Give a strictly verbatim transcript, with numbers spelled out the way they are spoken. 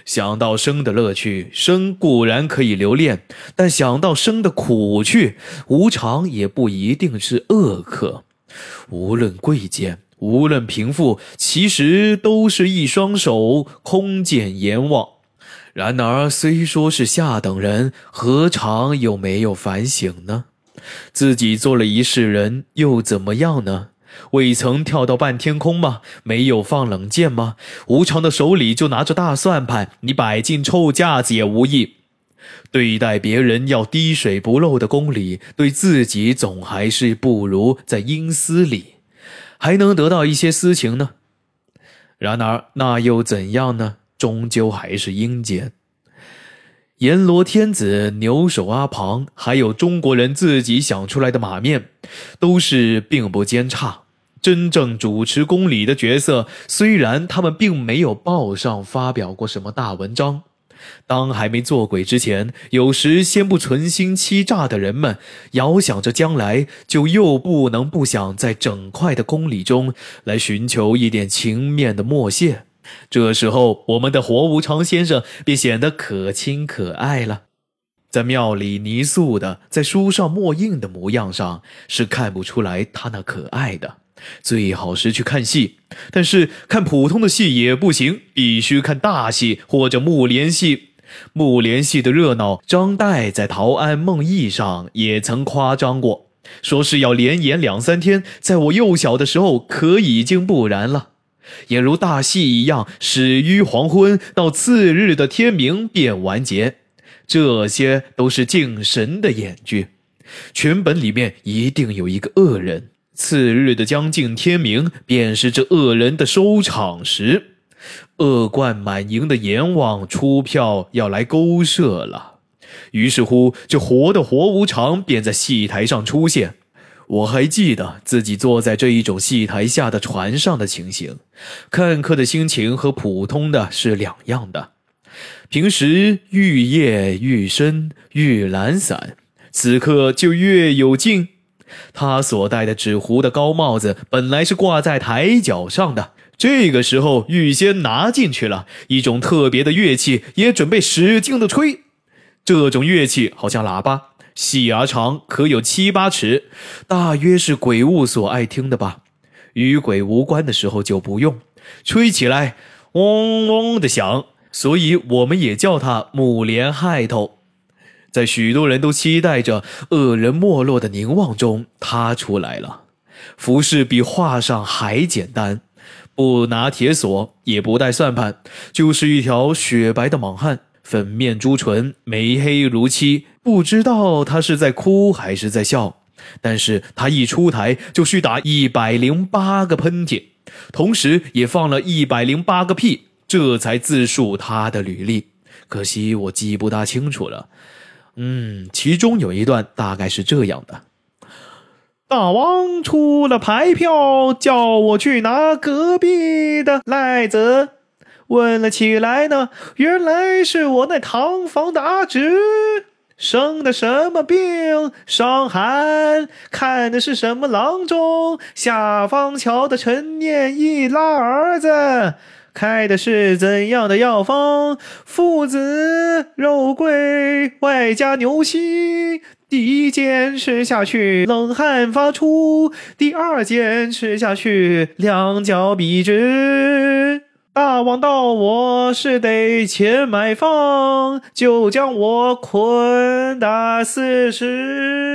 想到生的乐趣，生固然可以留恋，但想到生的苦趣，无常也不一定是恶客。无论贵贱，无论贫富，其实都是一双手空见阎王。然而虽说是下等人，何尝又没有反省呢？自己做了一世人又怎么样呢？未曾跳到半天空吗？没有放冷箭吗？无常的手里就拿着大算盘，你摆进臭架子也无益。对待别人要滴水不漏的公理，对自己总还是不如在阴私里，还能得到一些私情呢。然而那又怎样呢？终究还是阴间。阎罗天子、牛首阿庞，还有中国人自己想出来的马面，都是并不奸差。真正主持公理的角色，虽然他们并没有报上发表过什么大文章，当还没做鬼之前，有时先不存心欺诈的人们，遥想着将来，就又不能不想在整块的公理中来寻求一点情面的默谢。这时候我们的活无常先生便显得可亲可爱了。在庙里泥塑的，在书上墨印的模样上，是看不出来他那可爱的。最好是去看戏，但是看普通的戏也不行，必须看大戏或者木莲戏。木莲戏的热闹，张岱在《陶庵梦忆》上也曾夸张过，说是要连演两三天，在我幼小的时候可已经不然了。也如大戏一样，始于黄昏，到次日的天明便完结，这些都是敬神的演剧。全本里面一定有一个恶人，次日的将近天明，便是这恶人的收场时。恶贯满盈的阎王出票要来勾设了，于是乎这活的活无常便在戏台上出现。我还记得自己坐在这一种戏台下的船上的情形，看客的心情和普通的是两样的。平时愈夜愈深愈懒散，此刻就越有劲。他所戴的纸糊的高帽子本来是挂在台角上的，这个时候预先拿进去了，一种特别的乐器也准备使劲的吹。这种乐器好像喇叭，细而长，可有七八尺，大约是鬼物所爱听的吧。与鬼无关的时候就不用，吹起来嗡嗡的响，所以我们也叫它木莲害头。在许多人都期待着恶人没落的凝望中，他出来了。服饰比画上还简单，不拿铁锁，也不带算盘，就是一条雪白的莽汉，粉面朱唇，眉黑如漆，不知道他是在哭还是在笑。但是他一出台就需打一百零八个喷嚏，同时也放了一百零八个屁，这才自述他的履历。可惜我记不大清楚了。嗯，其中有一段大概是这样的：大王出了牌票，叫我去拿隔壁的赖子。问了起来呢，原来是我那堂房的阿侄，生的什么病，伤寒，看的是什么郎中，下方桥的陈念一拉儿子，开的是怎样的药方，父子肉桂外加牛膝，第一件吃下去冷汗发出，第二件吃下去两脚笔直。大王道我是得钱买房，就将我捆打四十。